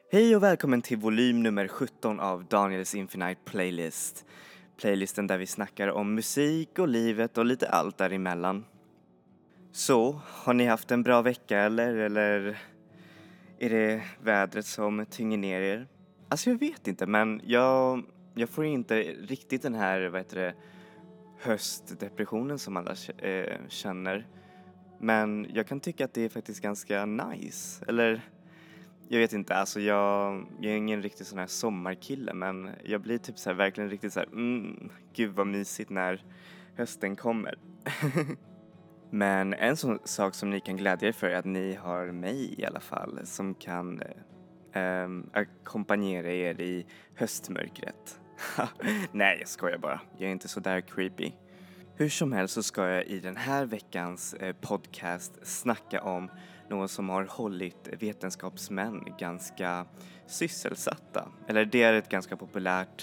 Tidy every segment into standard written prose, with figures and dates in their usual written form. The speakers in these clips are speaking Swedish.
Hej och välkommen till volym nummer 17 av Daniels Infinite Playlist. Playlisten där vi snackar om musik och livet och lite allt däremellan. Så, har ni haft en bra vecka eller är det vädret som tynger ner er? Alltså jag vet inte, men jag får inte riktigt den här, höstdepressionen som alla känner. Men jag kan tycka att det är faktiskt ganska nice, eller... Jag vet inte, alltså jag är ingen riktigt sån här sommarkille, men jag blir typ så här, verkligen riktigt så här, gud vad mysigt när hösten kommer. Men en sån sak som ni kan glädja er för är att ni har mig i alla fall som kan ackompanjera er i höstmörkret. Nej, jag skojar bara. Jag är inte så där creepy. Hur som helst så ska jag i den här veckans podcast snacka om någon som har hållit vetenskapsmän ganska sysselsatta. Eller det är ett ganska populärt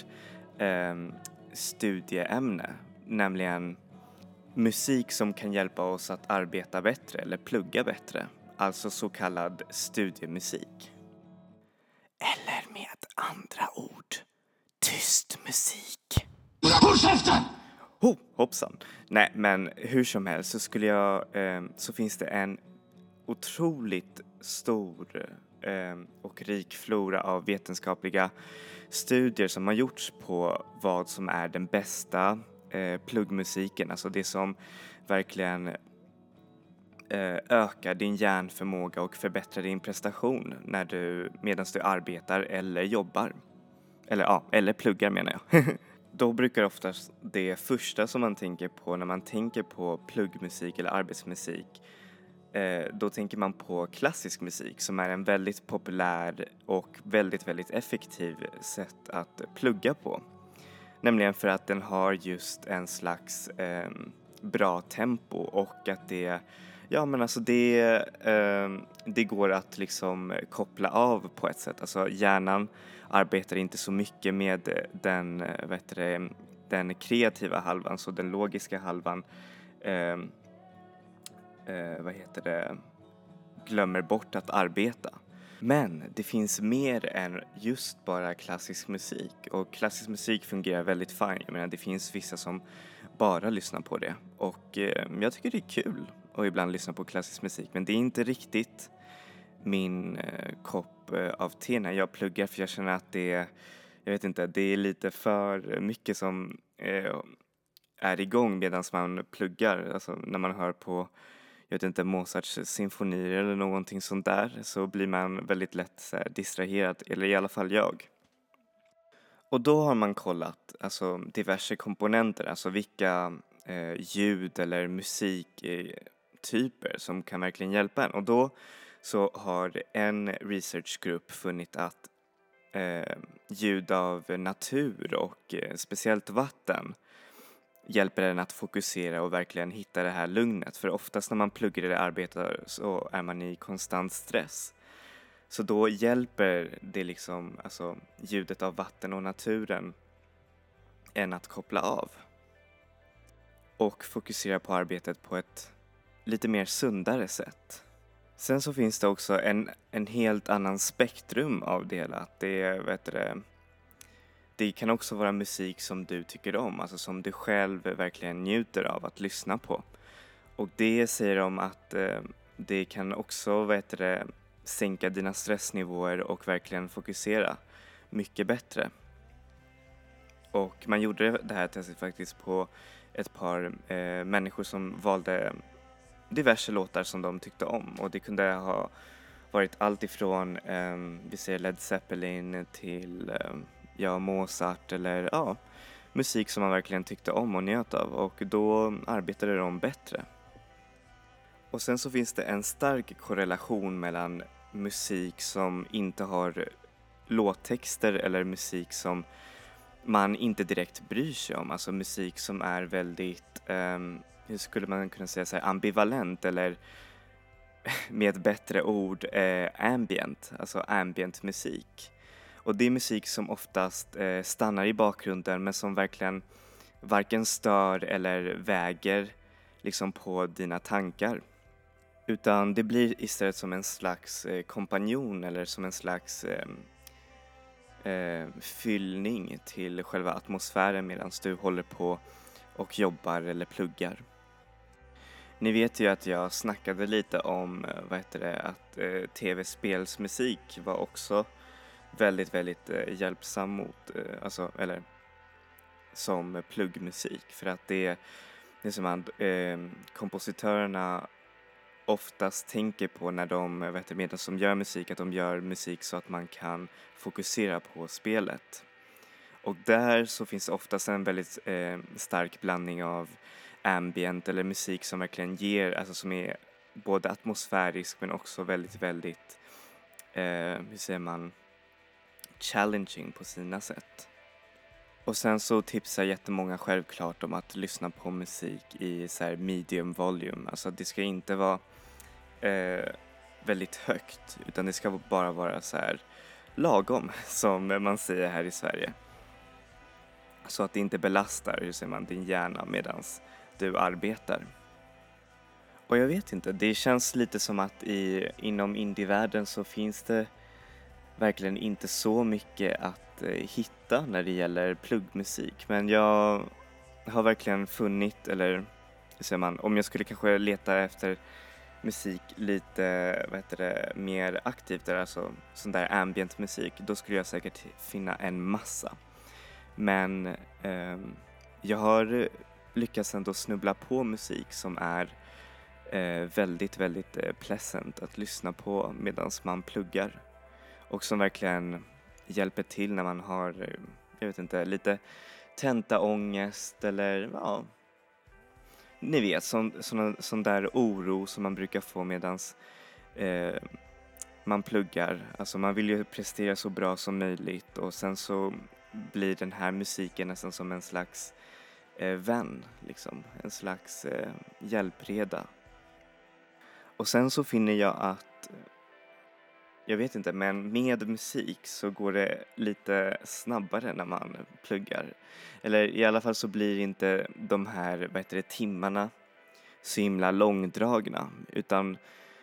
studieämne, nämligen musik som kan hjälpa oss att arbeta bättre eller plugga bättre. Alltså så kallad studiemusik. Eller med andra ord, tyst musik. Håll käften! Hoppsan. Nej, men hur som helst så skulle jag, så finns det en otroligt stor och rik flora av vetenskapliga studier som har gjorts på vad som är den bästa pluggmusiken, alltså det som verkligen ökar din hjärnförmåga och förbättrar din prestation medan du arbetar eller jobbar. Eller pluggar menar jag. Då brukar oftast det första som man tänker på när man tänker på pluggmusik eller arbetsmusik, då tänker man på klassisk musik som är en väldigt populär och väldigt, väldigt effektiv sätt att plugga på. Nämligen för att den har just en slags bra tempo och att det går att liksom koppla av på ett sätt. Alltså hjärnan arbetar inte så mycket med den kreativa halvan, så den logiska halvan glömmer bort att arbeta. Men det finns mer än just bara klassisk musik, och klassisk musik fungerar väldigt fint. Jag menar, det finns vissa som bara lyssnar på det, och jag tycker det är kul att ibland lyssna på klassisk musik, men det är inte riktigt min kopp av te när jag pluggar, för jag känner att det är lite för mycket som är igång medan man pluggar. Alltså när man hör på Mozarts symfonier eller någonting sånt där, så blir man väldigt lätt så här distraherad, eller i alla fall jag. Och då har man kollat alltså diverse komponenter, alltså vilka ljud eller musiktyper som kan verkligen hjälpa en. Och då så har en researchgrupp funnit att ljud av natur och speciellt vatten hjälper en att fokusera och verkligen hitta det här lugnet. För oftast när man pluggar eller arbetar så är man i konstant stress. Så då hjälper det liksom, alltså ljudet av vatten och naturen en att koppla av. Och fokusera på arbetet på ett lite mer sundare sätt. Sen så finns det också en helt annan spektrum av det hela. Det kan också vara musik som du tycker om, alltså som du själv verkligen njuter av att lyssna på. Och det säger de att det kan också sänka dina stressnivåer och verkligen fokusera mycket bättre. Och man gjorde det här testet faktiskt på ett par människor som valde diverse låtar som de tyckte om. Och det kunde ha varit allt ifrån Led Zeppelin till Mozart eller musik som man verkligen tyckte om och njöt av, och då arbetade de bättre. Och sen så finns det en stark korrelation mellan musik som inte har låttexter eller musik som man inte direkt bryr sig om, alltså musik som är väldigt hur skulle man kunna säga så här, ambivalent, eller med bättre ord ambient, alltså ambient musik. Och det är musik som oftast stannar i bakgrunden, men som verkligen varken stör eller väger liksom på dina tankar. Utan det blir istället som en slags kompanjon, eller som en slags fyllning till själva atmosfären medan du håller på och jobbar eller pluggar. Ni vet ju att jag snackade lite om att tv-spelsmusik var också väldigt hjälpsam mot, eller som pluggmusik, för att det är som att kompositörerna oftast tänker på när de medan de gör musik, att de gör musik så att man kan fokusera på spelet. Och där så finns oftast en väldigt stark blandning av ambient eller musik som verkligen ger, alltså som är både atmosfärisk men också väldigt challenging på sina sätt. Och sen så tipsar jättemånga självklart om att lyssna på musik i så här medium volume. Alltså det ska inte vara väldigt högt, utan det ska bara vara så här lagom, som man säger här i Sverige. Så att det inte belastar din hjärna medans du arbetar. Och jag vet inte, det känns lite som att inom indievärlden så finns det verkligen inte så mycket att hitta när det gäller pluggmusik. Men jag har verkligen funnit, eller om jag skulle kanske leta efter musik lite mer aktivt, alltså sån där ambient musik, då skulle jag säkert finna en massa. Men jag lyckats ändå snubbla på musik som är väldigt pleasant att lyssna på medan man pluggar. Och som verkligen hjälper till när man har, lite tentaångest eller ni vet, sån där oro som man brukar få medans man pluggar. Alltså man vill ju prestera så bra som möjligt, och sen så blir den här musiken nästan som en slags vän, liksom. En slags hjälpreda. Och sen så finner jag att, jag vet inte, men med musik så går det lite snabbare när man pluggar. Eller i alla fall så blir inte de här timmarna så himla långdragna, utan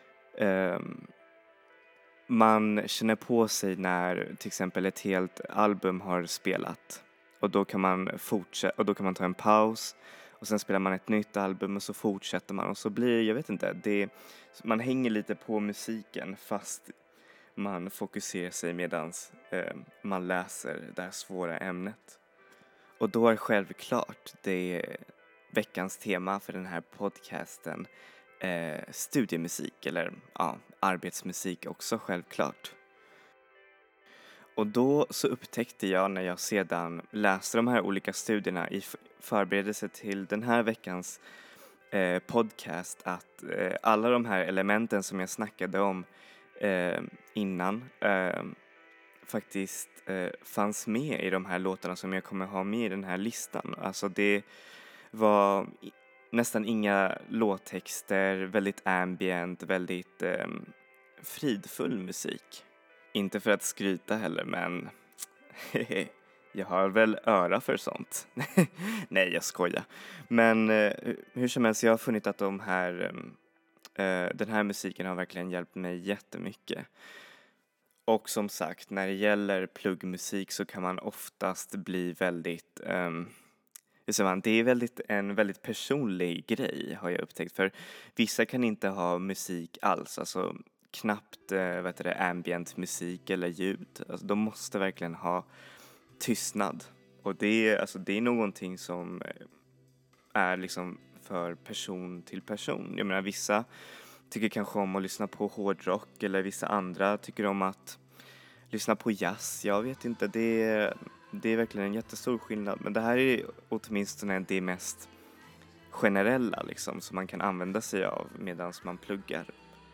man känner på sig när till exempel ett helt album har spelat, och då kan man ta en paus och sen spelar man ett nytt album och så fortsätter man, och så blir, man hänger lite på musiken fast man fokuserar sig medans man läser det här svåra ämnet. Och då är självklart det veckans tema för den här podcasten studiemusik, eller arbetsmusik också självklart. Och då så upptäckte jag, när jag sedan läste de här olika studierna i förberedelse till den här veckans podcast, att alla de här elementen som jag snackade om innan faktiskt fanns med i de här låtarna som jag kommer ha med i den här listan. Alltså det var nästan inga låttexter, väldigt ambient, väldigt fridfull musik. Inte för att skryta heller, men jag har väl öra för sånt. Nej, jag skojar. Men hur som helst, jag har funnit att den här musiken har verkligen hjälpt mig jättemycket. Och som sagt, när det gäller pluggmusik så kan man oftast bli väldigt det är en väldigt personlig grej, har jag upptäckt. För vissa kan inte ha musik alls, alltså knappt ambient musik eller ljud. Alltså, de måste verkligen ha tystnad. Och det är någonting som är liksom för person till person. Jag menar, vissa tycker kanske om att lyssna på hårdrock, eller vissa andra tycker om att lyssna på jazz. Jag vet inte, det är verkligen en jättestor skillnad. Men det här är åtminstone det mest generella liksom, som man kan använda sig av medan man pluggar.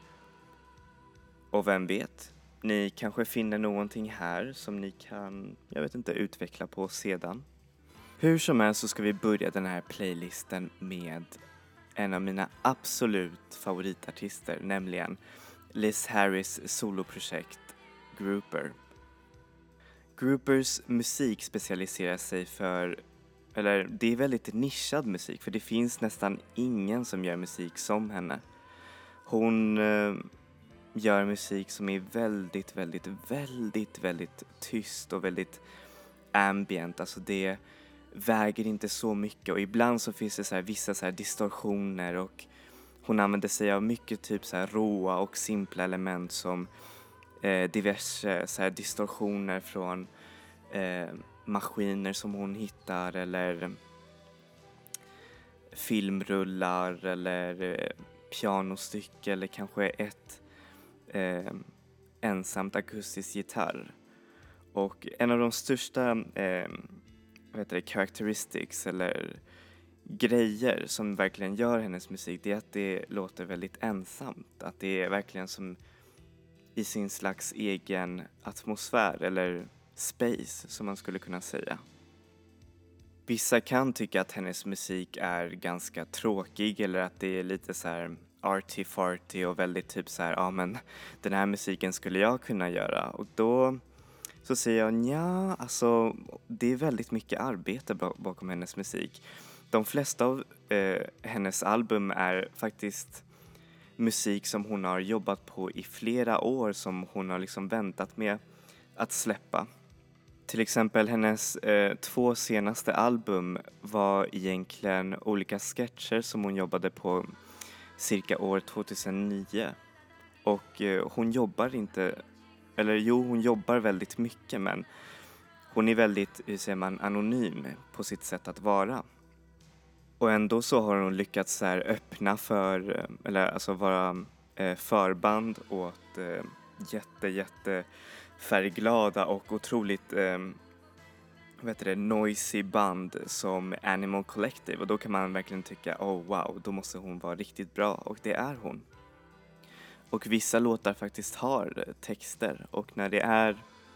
Och vem vet, ni kanske finner någonting här som ni kan, utveckla på sedan. Hur som helst så ska vi börja den här playlisten med en av mina absolut favoritartister, nämligen Liz Harris soloprojekt Grouper. Groupers musik specialiserar sig det är väldigt nischad musik, för det finns nästan ingen som gör musik som henne. Hon gör musik som är väldigt, väldigt, väldigt, väldigt tyst och väldigt ambient. Alltså det väger inte så mycket och ibland så finns det så här vissa så här distorsioner och hon använder sig av mycket typ så här råa och simpla element som diverse så här distorsioner från maskiner som hon hittar eller filmrullar eller pianostycke eller kanske ett ensamt akustisk gitarr. Och en av de största characteristics eller grejer som verkligen gör hennes musik, det är att det låter väldigt ensamt. Att det är verkligen som i sin slags egen atmosfär eller space som man skulle kunna säga. Vissa kan tycka att hennes musik är ganska tråkig eller att det är lite så här arty-farty och väldigt typ så här, ja men den här musiken skulle jag kunna göra. Och då så säger jag nja, alltså det är väldigt mycket arbete bakom hennes musik. De flesta av hennes album är faktiskt musik som hon har jobbat på i flera år som hon har liksom väntat med att släppa. Till exempel hennes 2 senaste album var egentligen olika sketcher som hon jobbade på cirka år 2009. Och hon jobbar inte, eller jo hon jobbar väldigt mycket men hon är väldigt, hur säger man, anonym på sitt sätt att vara. Och ändå så har hon lyckats så här öppna för, eller alltså vara förband åt jätte färgglada och otroligt noisy band som Animal Collective. Och då kan man verkligen tycka, oh wow, då måste hon vara riktigt bra. Och det är hon. Och vissa låtar faktiskt har texter. Och när det är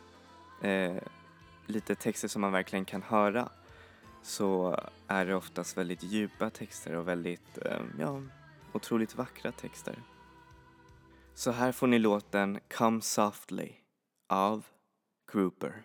lite texter som man verkligen kan höra så är det oftast väldigt djupa texter och väldigt, otroligt vackra texter. Så här får ni låten Come Softly av Grouper.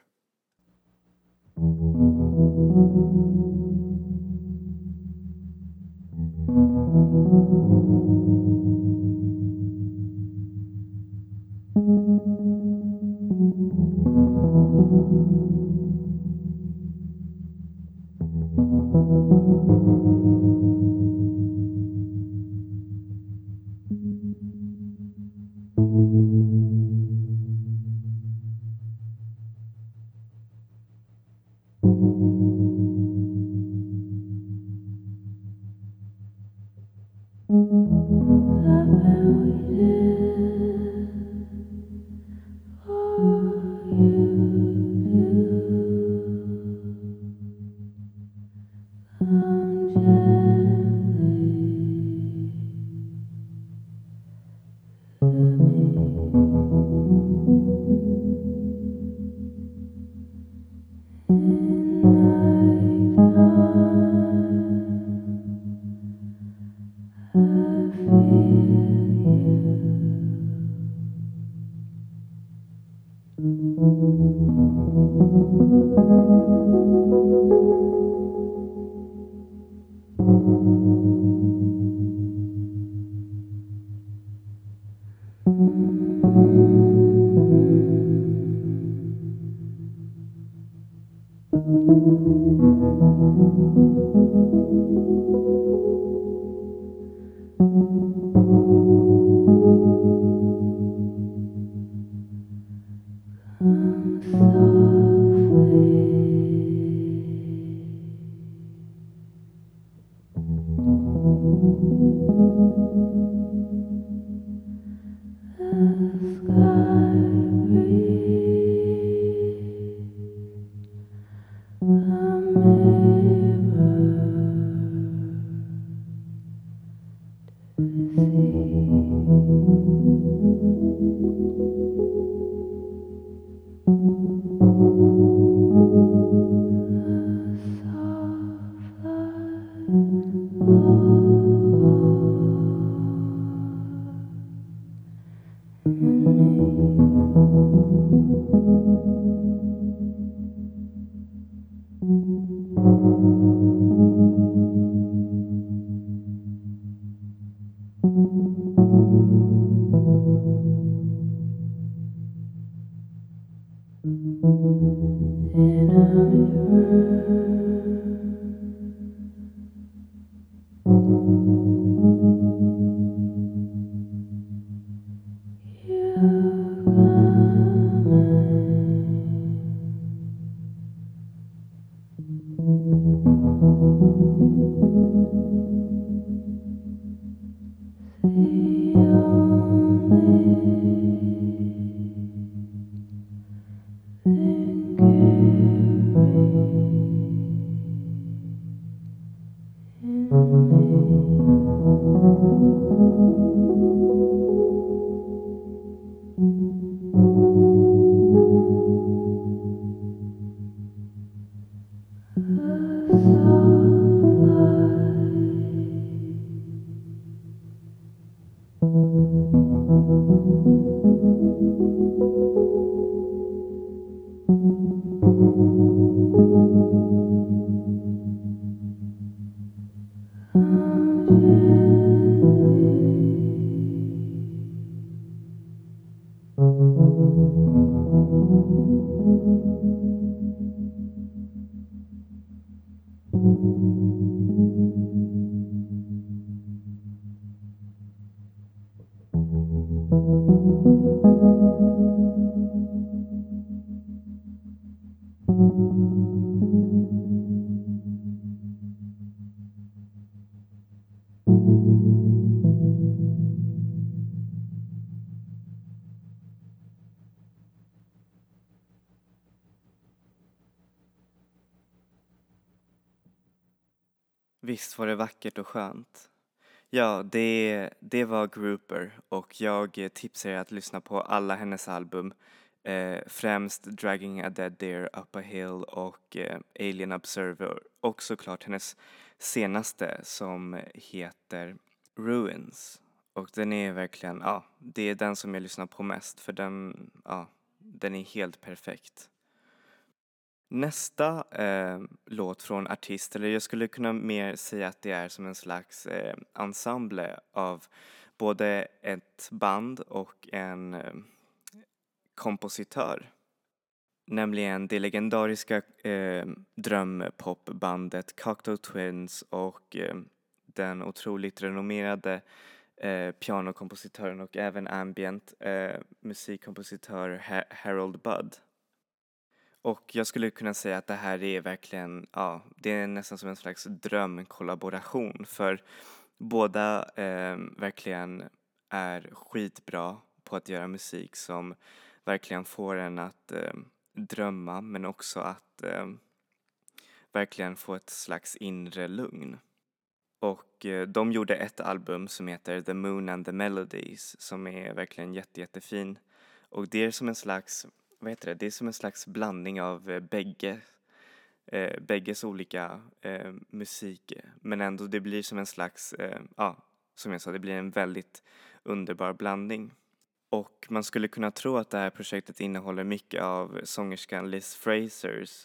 Visst var det vackert och skönt. Ja, det var Grouper och jag tipsar er att lyssna på alla hennes album. Främst Dragging a Dead Deer Up a Hill och Alien Observer och såklart hennes senaste som heter Ruins. Och den är verkligen, ja, det är den som jag lyssnar på mest för den är helt perfekt. Nästa låt från artist, eller jag skulle kunna mer säga att det är som en slags ensemble av både ett band och en kompositör. Nämligen det legendariska drömpopbandet Cocteau Twins och den otroligt renommerade pianokompositören och även ambient musikkompositör Harold Budd. Och jag skulle kunna säga att det här är verkligen, ja, det är nästan som en slags drömkollaboration för båda verkligen är skitbra på att göra musik som verkligen får en att drömma men också att verkligen få ett slags inre lugn. Och de gjorde ett album som heter The Moon and the Melodies som är verkligen jättefin. Och det är som en slags, vad heter det? Det är som en slags blandning av bägges olika musik. Men ändå det blir som en slags, som jag sa, det blir en väldigt underbar blandning. Och man skulle kunna tro att det här projektet innehåller mycket av sångerskan Liz Frasers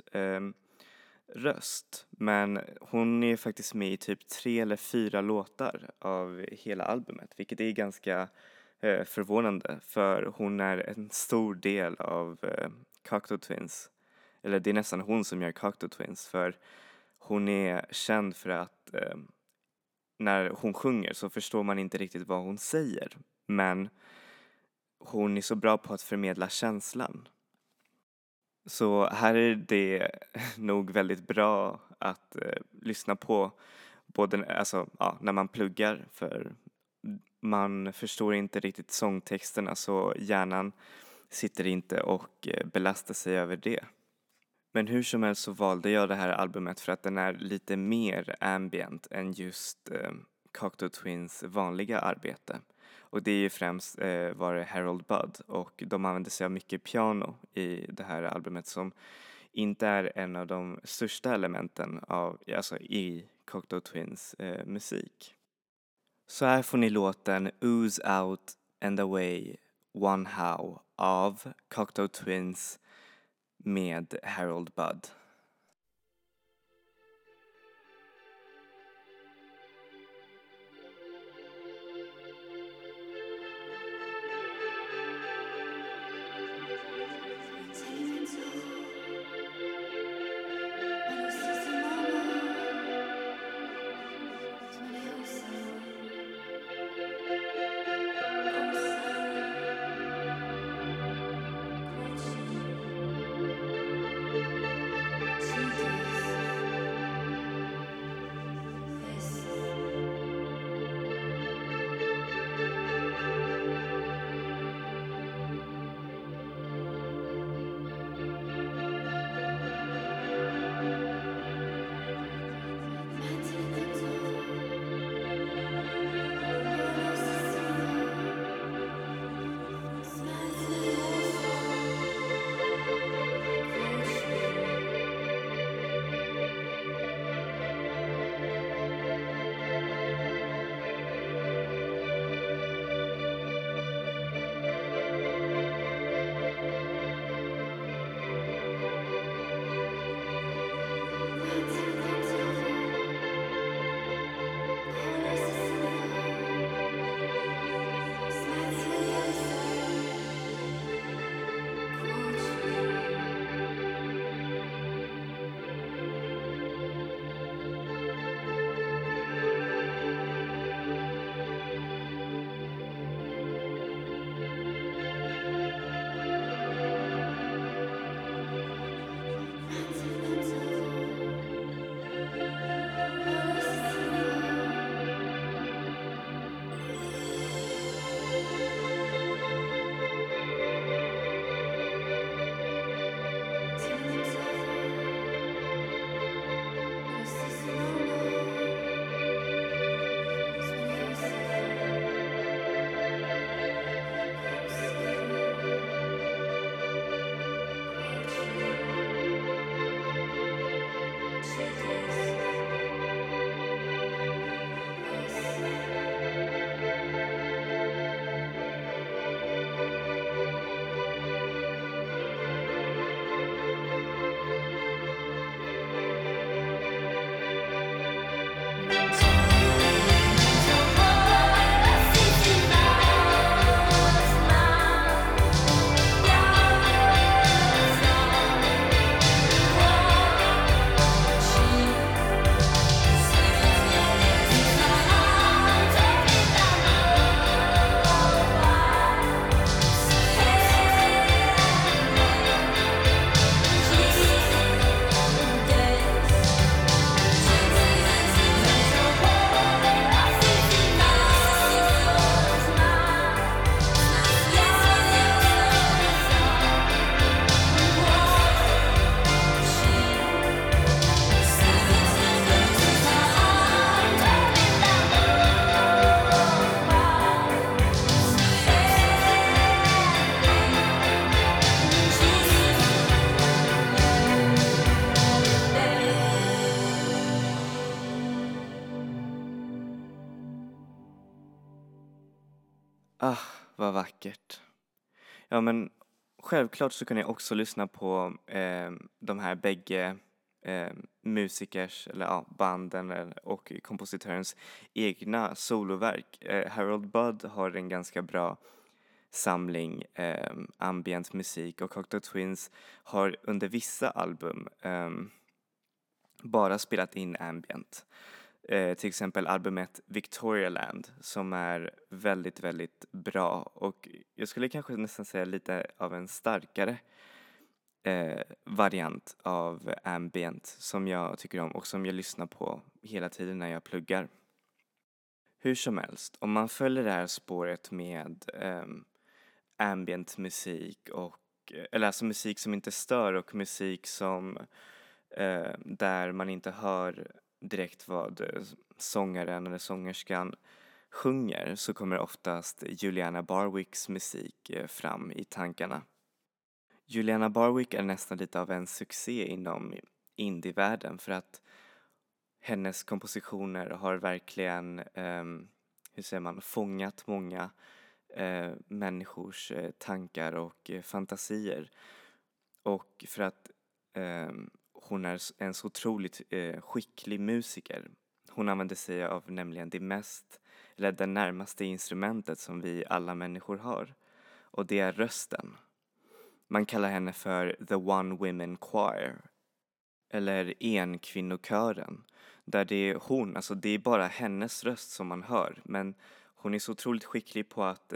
röst. Men hon är faktiskt med i typ 3 eller 4 låtar av hela albumet, vilket är ganska förvånande för hon är en stor del av Cocteau Twins. Eller det är nästan hon som gör Cocteau Twins för hon är känd för att när hon sjunger så förstår man inte riktigt vad hon säger. Men hon är så bra på att förmedla känslan. Så här är det nog väldigt bra att lyssna på både, alltså, ja, när man pluggar för man förstår inte riktigt sångtexterna så hjärnan sitter inte och belastar sig över det. Men hur som helst så valde jag det här albumet för att den är lite mer ambient än just Cocteau Twins vanliga arbete. Och det är ju främst var det Harold Budd och de använder sig av mycket piano i det här albumet som inte är en av de största elementen alltså i Cocteau Twins musik. Så här får ni låten Ooze Out and Away One How av Cocteau Twins med Harold Budd. Ah, vad vackert. Ja, men självklart så kan jag också lyssna på de här bägge musikers, eller ja, banden och kompositörens egna soloverk. Harold Budd har en ganska bra samling ambient musik och Cocteau Twins har under vissa album bara spelat in ambient. Till exempel albumet Victorialand som är väldigt, väldigt bra och jag skulle kanske nästan säga lite av en starkare variant av ambient som jag tycker om och som jag lyssnar på hela tiden när jag pluggar. Hur som helst, om man följer det här spåret med ambient musik och eller alltså musik som inte stör och musik som där man inte hör direkt vad sångaren eller sångerskan sjunger så kommer oftast Juliana Barwicks musik fram i tankarna. Juliana Barwick är nästan lite av en succé inom indievärlden för att hennes kompositioner har verkligen, hur säger man, fångat många människors tankar och fantasier. Och för att hon är en så otroligt skicklig musiker. Hon använder sig av nämligen det närmaste instrumentet som vi alla människor har. Och det är rösten. Man kallar henne för The One Women Choir. Eller enkvinnokören. Där det är hon, alltså det är bara hennes röst som man hör. Men hon är så otroligt skicklig på att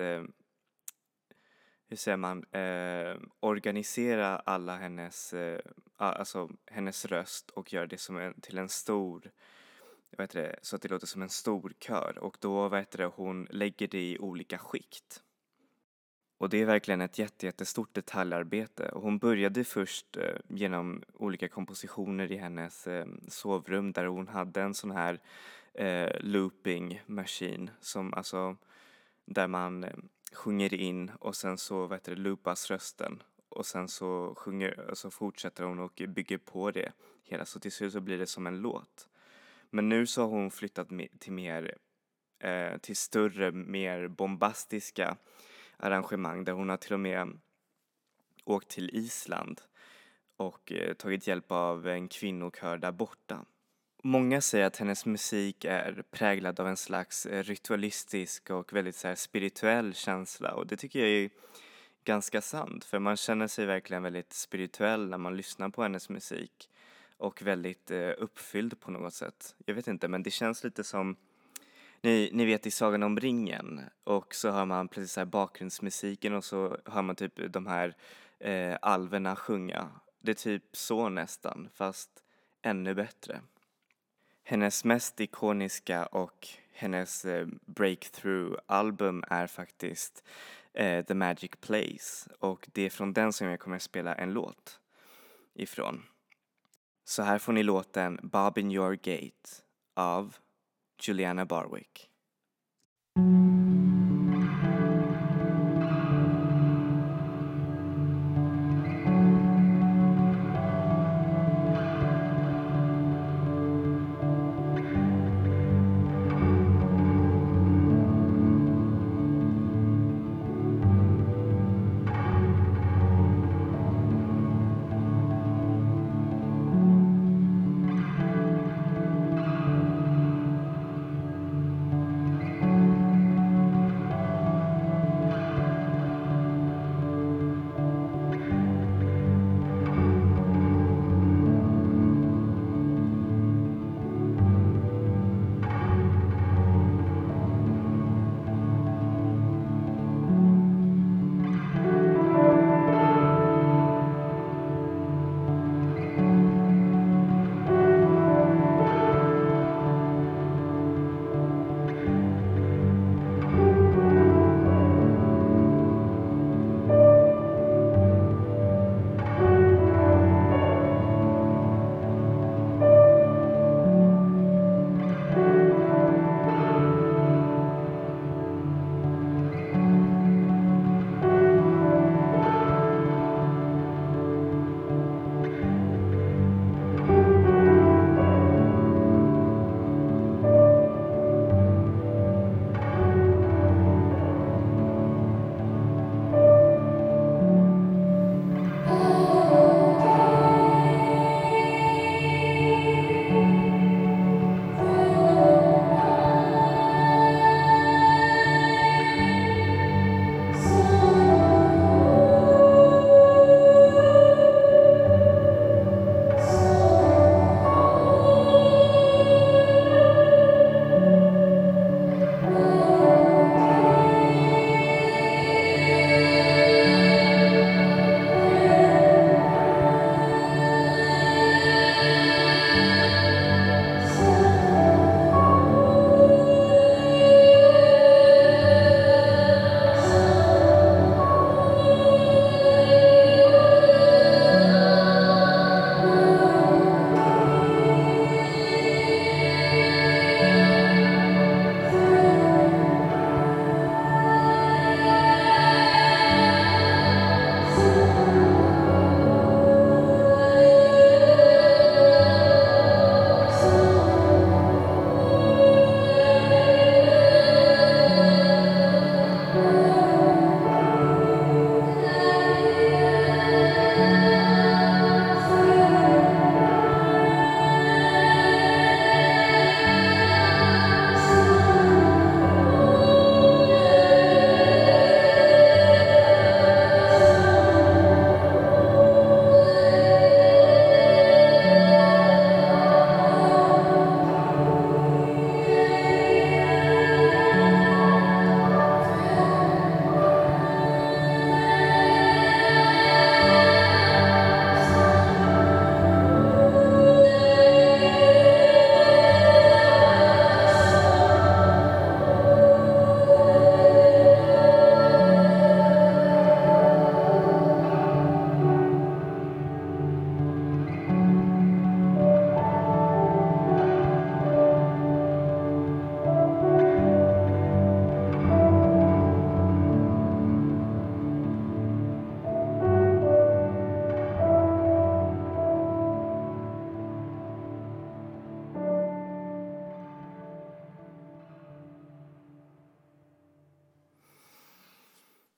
hur säger man, organisera alla hennes, alltså hennes röst och göra det till en stor, så att det låter som en stor kör och då hon lägger det i olika skikt. Och det är verkligen ett jättestort detaljarbete och hon började först genom olika kompositioner i hennes sovrum där hon hade en sån här looping machine som alltså där man sjunger in och sen så loopas rösten och sen så fortsätter hon och bygger på det hela så till slut så blir det som en låt. Men nu så har hon flyttat till större, mer bombastiska arrangemang där hon har till och med åkt till Island och tagit hjälp av en kvinnokör där borta. Många säger att hennes musik är präglad av en slags ritualistisk och väldigt så här spirituell känsla och det tycker jag är ganska sant för man känner sig verkligen väldigt spirituell när man lyssnar på hennes musik och väldigt uppfylld på något sätt. Jag vet inte men det känns lite som ni vet i Sagan om ringen och så hör man precis så här bakgrundsmusiken och så hör man typ de här alverna sjunga. Det är typ så nästan fast ännu bättre. Hennes mest ikoniska och hennes breakthrough-album är faktiskt The Magic Place och det är från den som jag kommer att spela en låt ifrån. Så här får ni låten Bob in Your Gate av Juliana Barwick.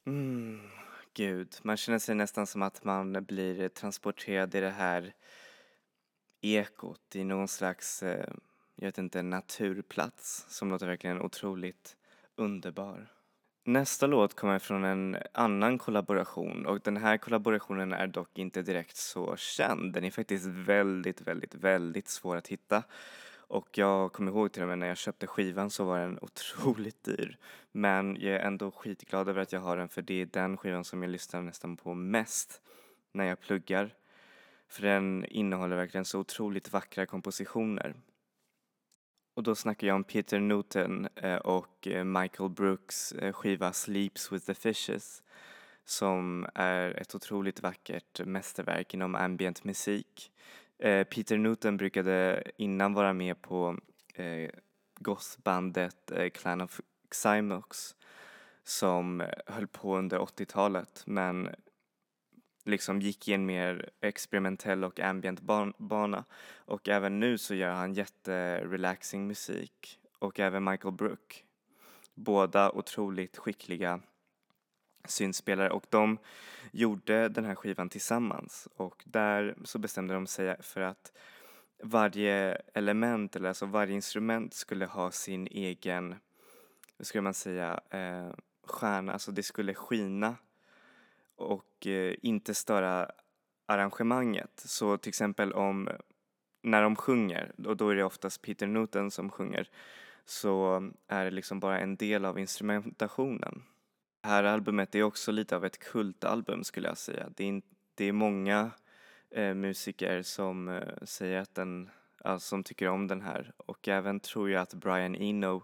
Mm, Gud, man känner sig nästan som att man blir transporterad i det här ekot i någon slags, jag vet inte, naturplats som låter verkligen otroligt underbar. Nästa låt kommer från en annan kollaboration och den här kollaborationen är dock inte direkt så känd. Den är faktiskt väldigt svår att hitta. Och jag kommer ihåg till och med när jag köpte skivan så var den otroligt dyr. Men jag är ändå skitglad över att jag har den för det är den skivan som jag lyssnar nästan på mest när jag pluggar. För den innehåller verkligen så otroligt vackra kompositioner. Och då snackar jag om Peter Newton och Michael Brooks skiva Sleeps with the Fishes som är ett otroligt vackert mästerverk inom ambient musik. Peter Newton brukade innan vara med på gothbandet Clan of Xymox som höll på under 80-talet men liksom gick i en mer experimentell och ambient bana och även nu så gör han jätterelaxing musik och även Michael Brook. Båda otroligt skickliga synspelare och de gjorde den här skivan tillsammans och där så bestämde de sig för att varje element eller alltså varje instrument skulle ha sin egen, hur ska man säga, stjärna, alltså det skulle skina och inte störa arrangemanget. Så till exempel om när de sjunger, och då är det oftast Peter Newton som sjunger, så är det liksom bara en del av instrumentationen. Det här albumet är också lite av ett kultalbum skulle jag säga. Det är många musiker som säger att som tycker om den här och även tror jag att Brian Eno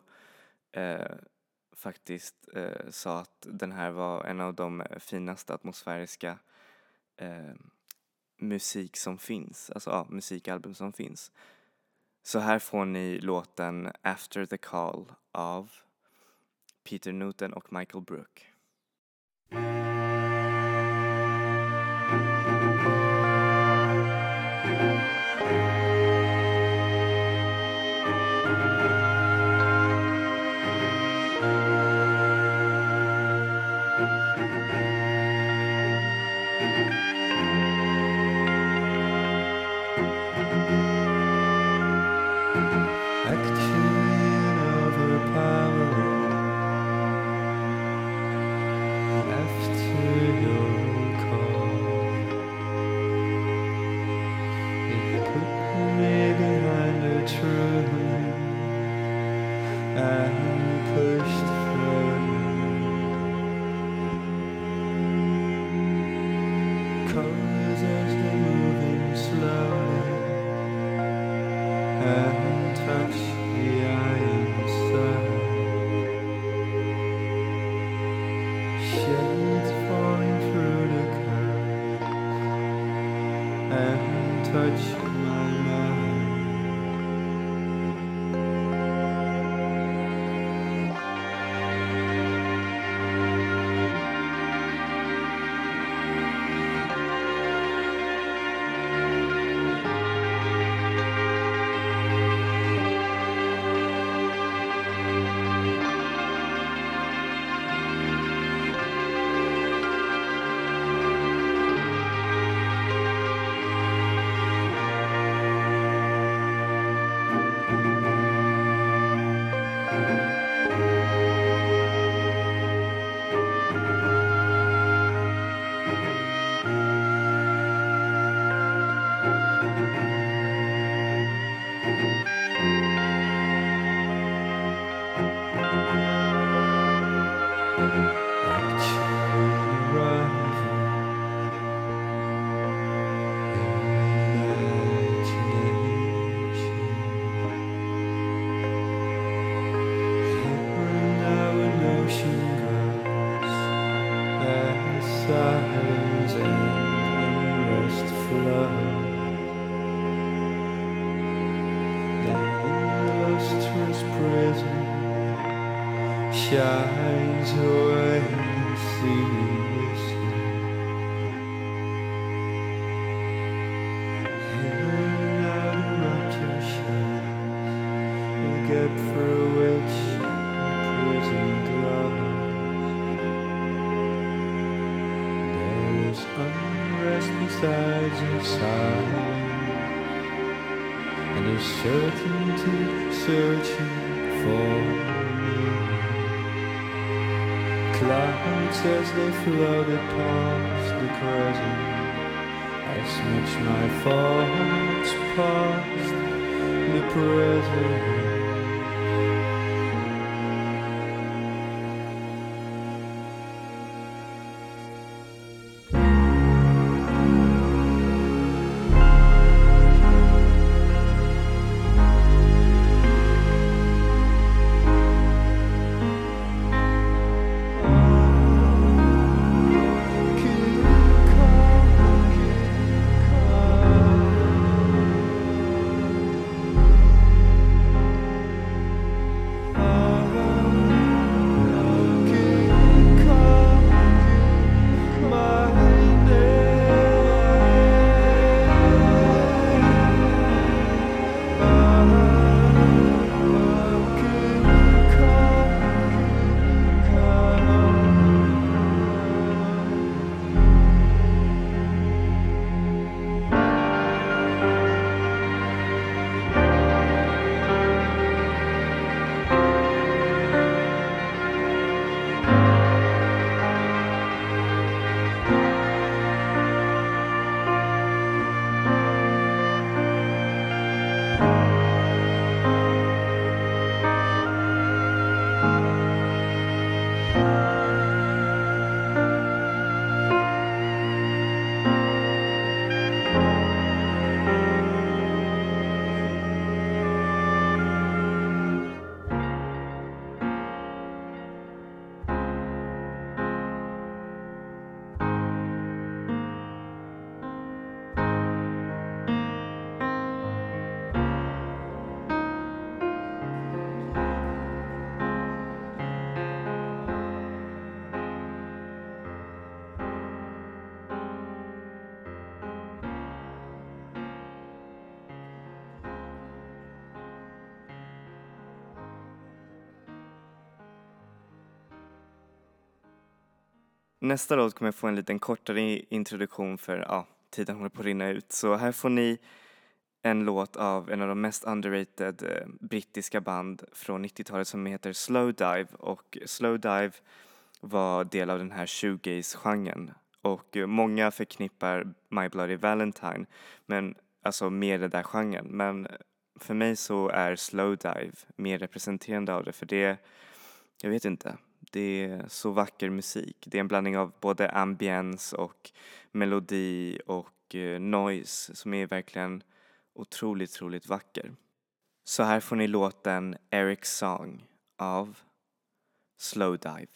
faktiskt sa att den här var en av de finaste atmosfäriska musik som finns, alltså musikalbum som finns. Så här får ni låten After the Call av Peter Newton och Michael Brook. Shines away, sees and out of rapture shines the gap through which imprisoned love sides of silence, and of certainty searching for me. Clouds as they floated past the crescent, I smudged my thoughts past the present. Nästa låt kommer få en liten kortare introduktion för tiden håller på att rinna ut. Så här får ni en låt av en av de mest underrated brittiska band från 90-talet som heter Slowdive. Och Slowdive var del av den här shoegaze-genren. Och många förknippar My Bloody Valentine med den där genren. Men för mig så är Slowdive mer representerande av det. För det, jag vet inte, det är så vacker musik. Det är en blandning av både ambience och melodi och noise som är verkligen otroligt vacker. Så här får ni låten Eric's Song av Slowdive.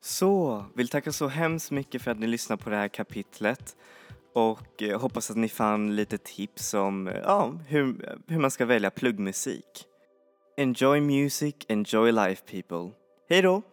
Så, vill tacka så hemskt mycket för att ni lyssnar på det här kapitlet. Och hoppas att ni fann lite tips om hur man ska välja pluggmusik. Enjoy music, enjoy life people. Hej då!